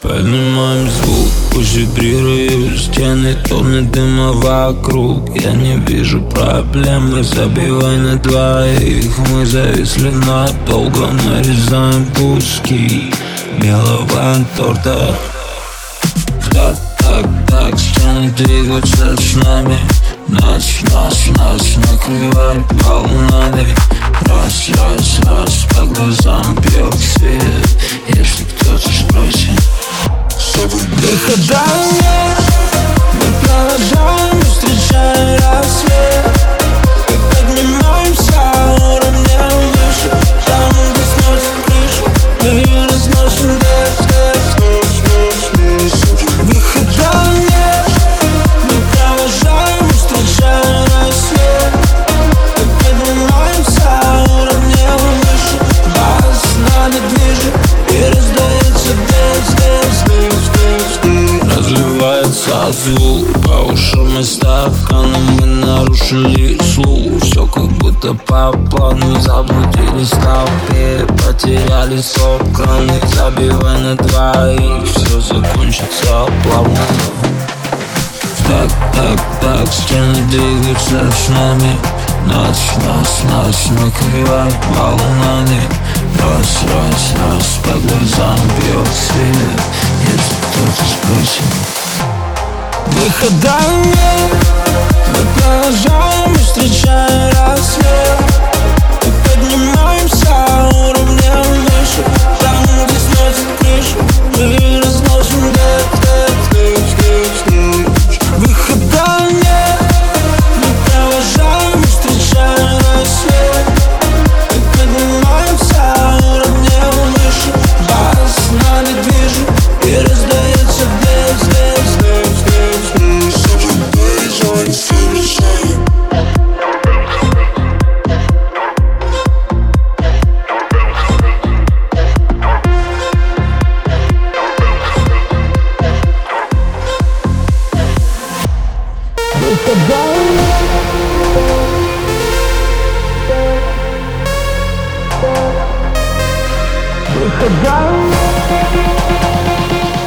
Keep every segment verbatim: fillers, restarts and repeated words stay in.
Поднимаем звук, пусть вибрируют стены, тонны дыма вокруг. Я не вижу проблемы, забивай на двоих. Мы зависли надолго, нарезаем куски белого торта. Так, так, так, стены двигаются с нами. Нас, нас, нас накрывает волнами. Раз, раз, раз, по глазам бьет свет. Если кто-то спросит, выхода нет, мы продолжаем, встречая рассвет. Мы поднимаемся уровнем выше, там, где сносит крышу, мы разносим дождь. Выхода нет, мы продолжаем, встречая рассвет. Мы поднимаемся уровнем выше, вас нами движет и раздается дождь. Разливается звук по ушам и стаканам. Мы нарушили слух, все как будто по плану. Заблудились в толпе, потеряли собраны. Забивай на двоих, все закончится плавно. Так, так, так, стены двигаются с нами. Нас, нас, нас накрывает волнами. Раз, раз, раз, по глазам бьет свет. Если кто-то спросит, выхода нет, мы продолжаем, встречая рассвет. Мы поднимаемся уровнем выше, там, где сносит крышу, мы разносим дождь. Выхода нет, мы продолжаем, встречая рассвет. Мы поднимаемся уровнем выше, вас нами движет и раздается дождь.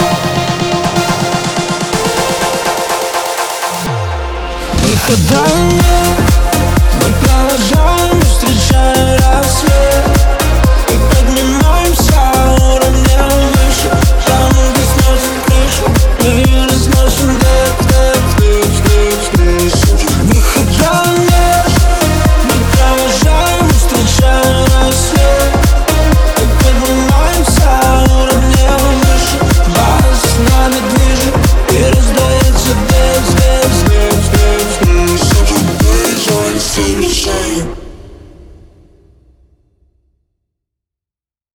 Выхода